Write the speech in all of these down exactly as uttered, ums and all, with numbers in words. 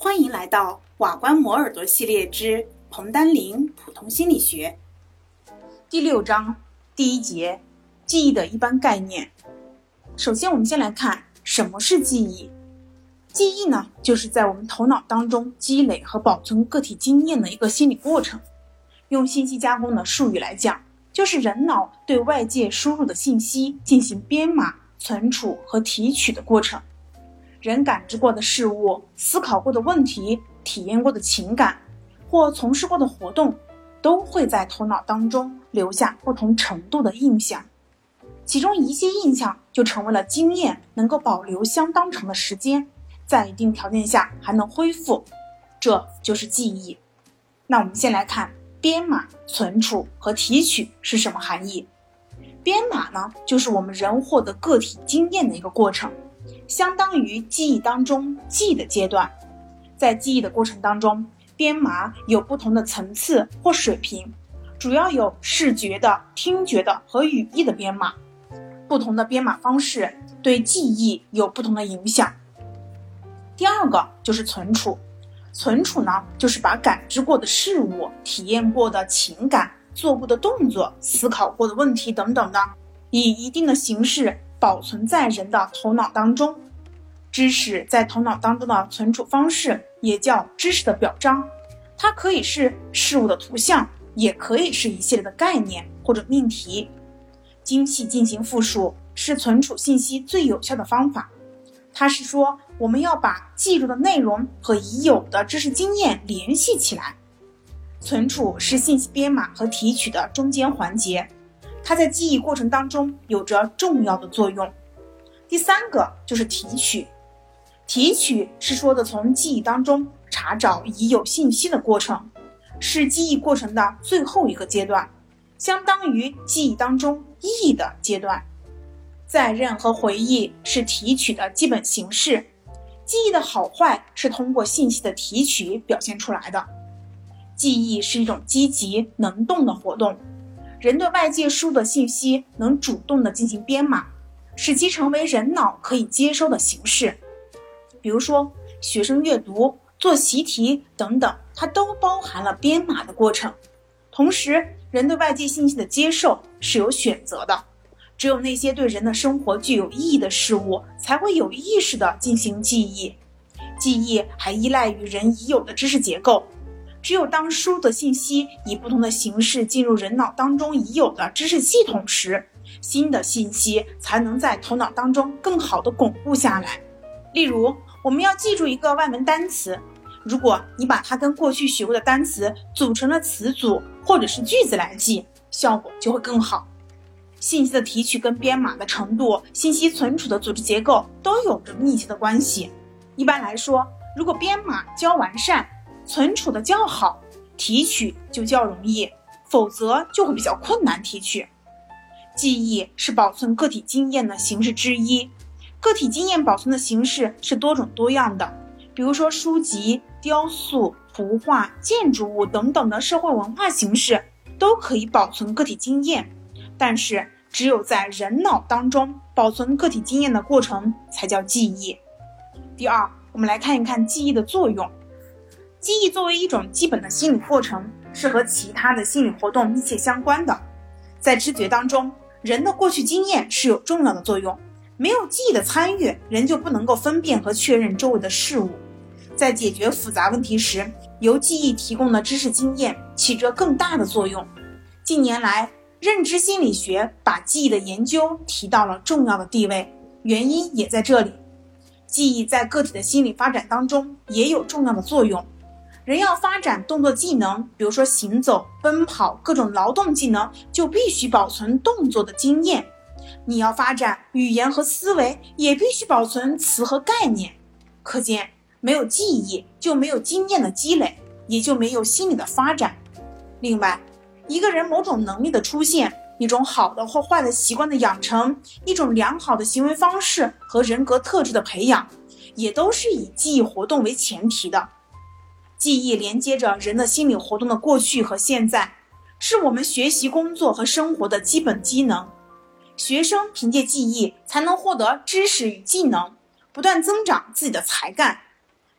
欢迎来到瓦关磨耳朵系列之彭丹林普通心理学第六章第一节，记忆的一般概念。首先我们先来看什么是记忆。记忆呢，就是在我们头脑当中积累和保存个体经验的一个心理过程。用信息加工的术语来讲，就是人脑对外界输入的信息进行编码、存储和提取的过程。人感知过的事物、思考过的问题、体验过的情感或从事过的活动，都会在头脑当中留下不同程度的印象。其中一些印象就成为了经验，能够保留相当长的时间，在一定条件下还能恢复，这就是记忆。那我们先来看编码、存储和提取是什么含义。编码呢，就是我们人获得个体经验的一个过程，相当于记忆当中记的阶段。在记忆的过程当中，编码有不同的层次或水平，主要有视觉的、听觉的和语义的编码。不同的编码方式对记忆有不同的影响。第二个就是存储。存储呢，就是把感知过的事物、体验过的情感、做过的动作、思考过的问题等等的，以一定的形式保存在人的头脑当中。知识在头脑当中的存储方式也叫知识的表彰，它可以是事物的图像，也可以是一系列的概念或者命题。精细进行复述是存储信息最有效的方法。它是说，我们要把记住的内容和已有的知识经验联系起来。存储是信息编码和提取的中间环节，它在记忆过程当中有着重要的作用。第三个就是提取。提取是说的从记忆当中查找已有信息的过程，是记忆过程的最后一个阶段，相当于记忆当中忆的阶段。在认和回忆是提取的基本形式，记忆的好坏是通过信息的提取表现出来的。记忆是一种积极能动的活动，人对外界输入的信息能主动的进行编码，使其成为人脑可以接收的形式。比如说学生阅读、做习题等等，它都包含了编码的过程。同时，人对外界信息的接受是有选择的，只有那些对人的生活具有意义的事物才会有意识地进行记忆。记忆还依赖于人已有的知识结构，只有当输入的信息以不同的形式进入人脑当中已有的知识系统时，新的信息才能在头脑当中更好地巩固下来。例如，我们要记住一个外文单词，如果你把它跟过去学过的单词组成了词组或者是句子来记，效果就会更好。信息的提取跟编码的程度、信息存储的组织结构都有着密切的关系。一般来说，如果编码较完善，存储的较好，提取就较容易，否则就会比较困难提取。记忆是保存个体经验的形式之一，个体经验保存的形式是多种多样的，比如说书籍、雕塑、图画、建筑物等等的社会文化形式都可以保存个体经验，但是只有在人脑当中保存个体经验的过程才叫记忆。第二，我们来看一看记忆的作用。记忆作为一种基本的心理过程，是和其他的心理活动密切相关的。在知觉当中，人的过去经验是有重要的作用，没有记忆的参与，人就不能够分辨和确认周围的事物。在解决复杂问题时，由记忆提供的知识经验起着更大的作用。近年来，认知心理学把记忆的研究提到了重要的地位，原因也在这里。记忆在个体的心理发展当中也有重要的作用。人要发展动作技能，比如说行走、奔跑，各种劳动技能，就必须保存动作的经验。你要发展语言和思维，也必须保存词和概念。可见，没有记忆，就没有经验的积累，也就没有心理的发展。另外，一个人某种能力的出现，一种好的或坏的习惯的养成，一种良好的行为方式和人格特质的培养，也都是以记忆活动为前提的。记忆连接着人的心理活动的过去和现在，是我们学习、工作和生活的基本机能。学生凭借记忆才能获得知识与技能，不断增长自己的才干。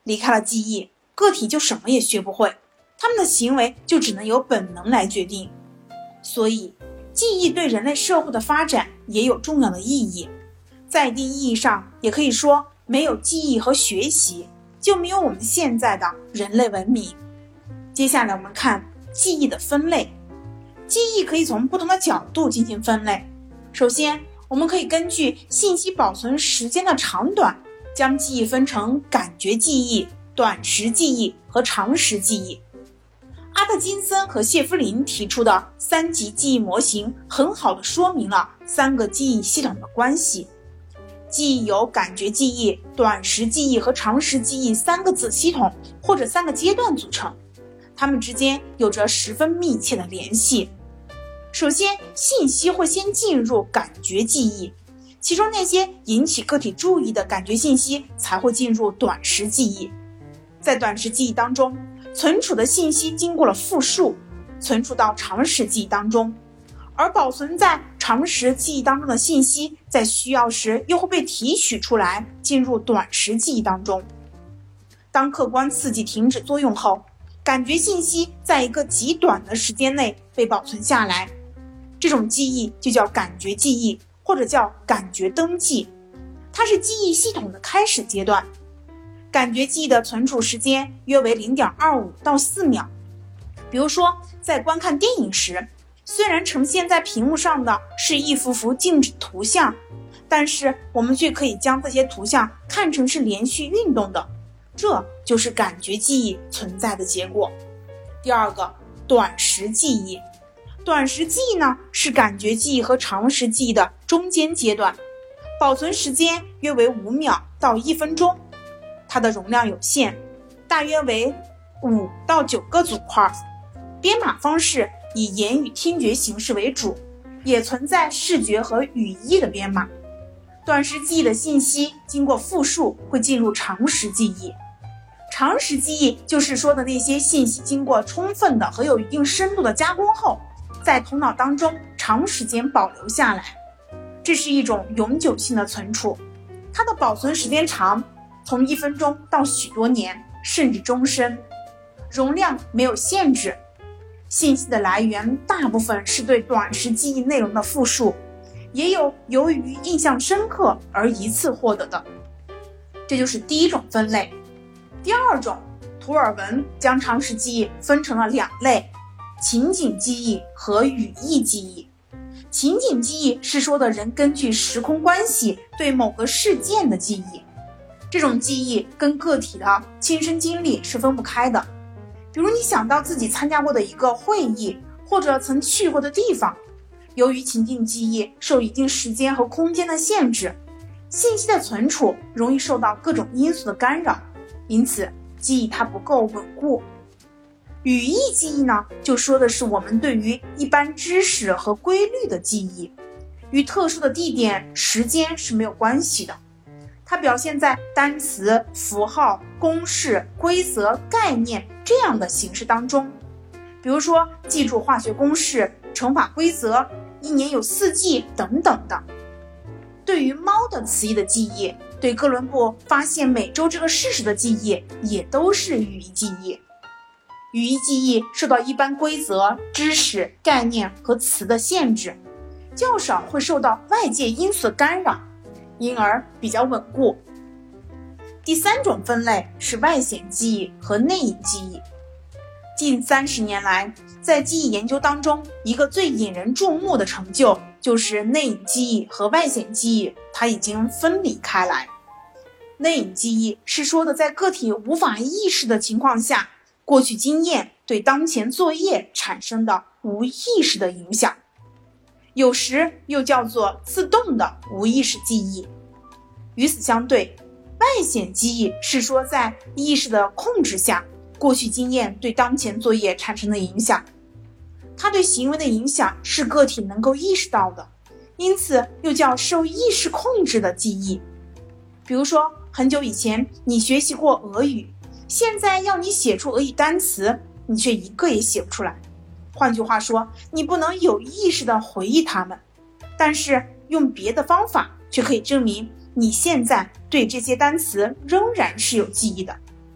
离开了记忆，个体就什么也学不会，他们的行为就只能由本能来决定。所以记忆对人类社会的发展也有重要的意义。在一定意义上，也可以说没有记忆和学习，就没有我们现在的人类文明。接下来我们看记忆的分类。记忆可以从不同的角度进行分类。首先，我们可以根据信息保存时间的长短，将记忆分成感觉记忆、短时记忆和长时记忆。阿特金森和谢夫林提出的三级记忆模型很好地说明了三个记忆系统的关系。记忆由感觉记忆、短时记忆和长时记忆三个子系统或者三个阶段组成，它们之间有着十分密切的联系。首先，信息会先进入感觉记忆，其中那些引起个体注意的感觉信息才会进入短时记忆。在短时记忆当中，存储的信息经过了复述，存储到长时记忆当中，而保存在长时记忆当中的信息在需要时又会被提取出来，进入短时记忆当中。当客观刺激停止作用后，感觉信息在一个极短的时间内被保存下来，这种记忆就叫感觉记忆，或者叫感觉登记，它是记忆系统的开始阶段。感觉记忆的存储时间约为 零点二五到四秒。比如说，在观看电影时，虽然呈现在屏幕上的是一幅幅静止图像，但是我们却可以将这些图像看成是连续运动的，这就是感觉记忆存在的结果。第二个，短时记忆。短时记忆呢，是感觉记忆和长时记忆的中间阶段，保存时间约为五秒到一分钟，它的容量有限，大约为五到九个组块，编码方式以言语听觉形式为主，也存在视觉和语义的编码。短时记忆的信息经过复述会进入长时记忆。长时记忆就是说的那些信息经过充分的和有一定深度的加工后，在头脑当中长时间保留下来，这是一种永久性的存储，它的保存时间长，从一分钟到许多年，甚至终身。容量没有限制，信息的来源大部分是对短时记忆内容的复述，也有由于印象深刻而一次获得的。这就是第一种分类。第二种，图尔文将长时记忆分成了两类，情景记忆和语义记忆。情景记忆是说的人根据时空关系对某个事件的记忆，这种记忆跟个体的亲身经历是分不开的。比如你想到自己参加过的一个会议，或者曾去过的地方，由于情境记忆受一定时间和空间的限制，信息的存储容易受到各种因素的干扰，因此记忆它不够稳固。语义记忆呢，就说的是我们对于一般知识和规律的记忆，与特殊的地点、时间是没有关系的。它表现在单词、符号、公式、规则、概念这样的形式当中。比如说，记住化学公式、乘法规则、一年有四季等等的。对于猫的词义的记忆，对哥伦布发现美洲这个事实的记忆，也都是语义记忆。语义记忆受到一般规则、知识、概念和词的限制，较少会受到外界因素的干扰，因而比较稳固。第三种分类是外显记忆和内隐记忆。近三十年来，在记忆研究当中，一个最引人注目的成就就是内隐记忆和外显记忆它已经分离开来。内隐记忆是说的在个体无法意识的情况下，过去经验对当前作业产生的无意识的影响，有时又叫做自动的无意识记忆。与此相对，外显记忆是说在意识的控制下，过去经验对当前作业产生的影响，它对行为的影响是个体能够意识到的，因此又叫受意识控制的记忆。比如说，很久以前你学习过俄语，现在要你写出俄语单词，你却一个也写不出来。换句话说，你不能有意识地回忆它们，但是用别的方法却可以证明你现在对这些单词仍然是有记忆的。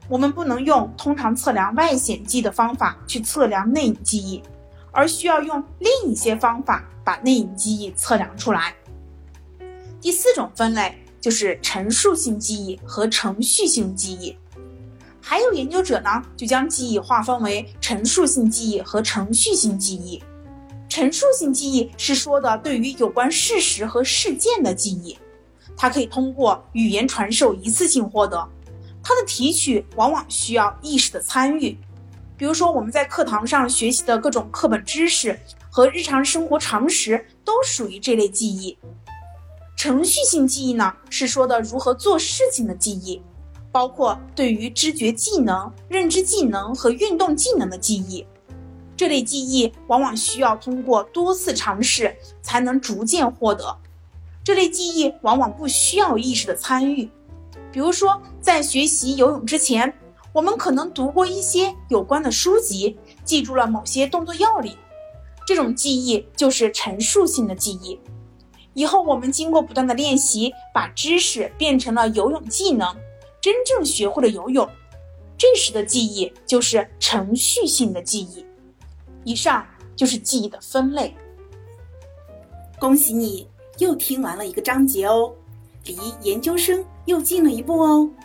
我们不能用通常测量外显记忆的方法去测量内隐记忆，而需要用另一些方法把内隐记忆测量出来。第四种分类就是陈述性记忆和程序性记忆。还有研究者呢，就将记忆划分为陈述性记忆和程序性记忆。陈述性记忆是说的对于有关事实和事件的记忆，它可以通过语言传授一次性获得，它的提取往往需要意识的参与。比如说我们在课堂上学习的各种课本知识和日常生活常识都属于这类记忆。程序性记忆呢，是说的如何做事情的记忆，包括对于知觉技能、认知技能和运动技能的记忆。这类记忆往往需要通过多次尝试才能逐渐获得。这类记忆往往不需要意识的参与。比如说，在学习游泳之前，我们可能读过一些有关的书籍，记住了某些动作要领。这种记忆就是陈述性的记忆。以后我们经过不断的练习，把知识变成了游泳技能，真正学会了游泳，这时的记忆就是程序性的记忆。以上就是记忆的分类。 恭喜你又听完了一个章节哦，离研究生又近了一步哦。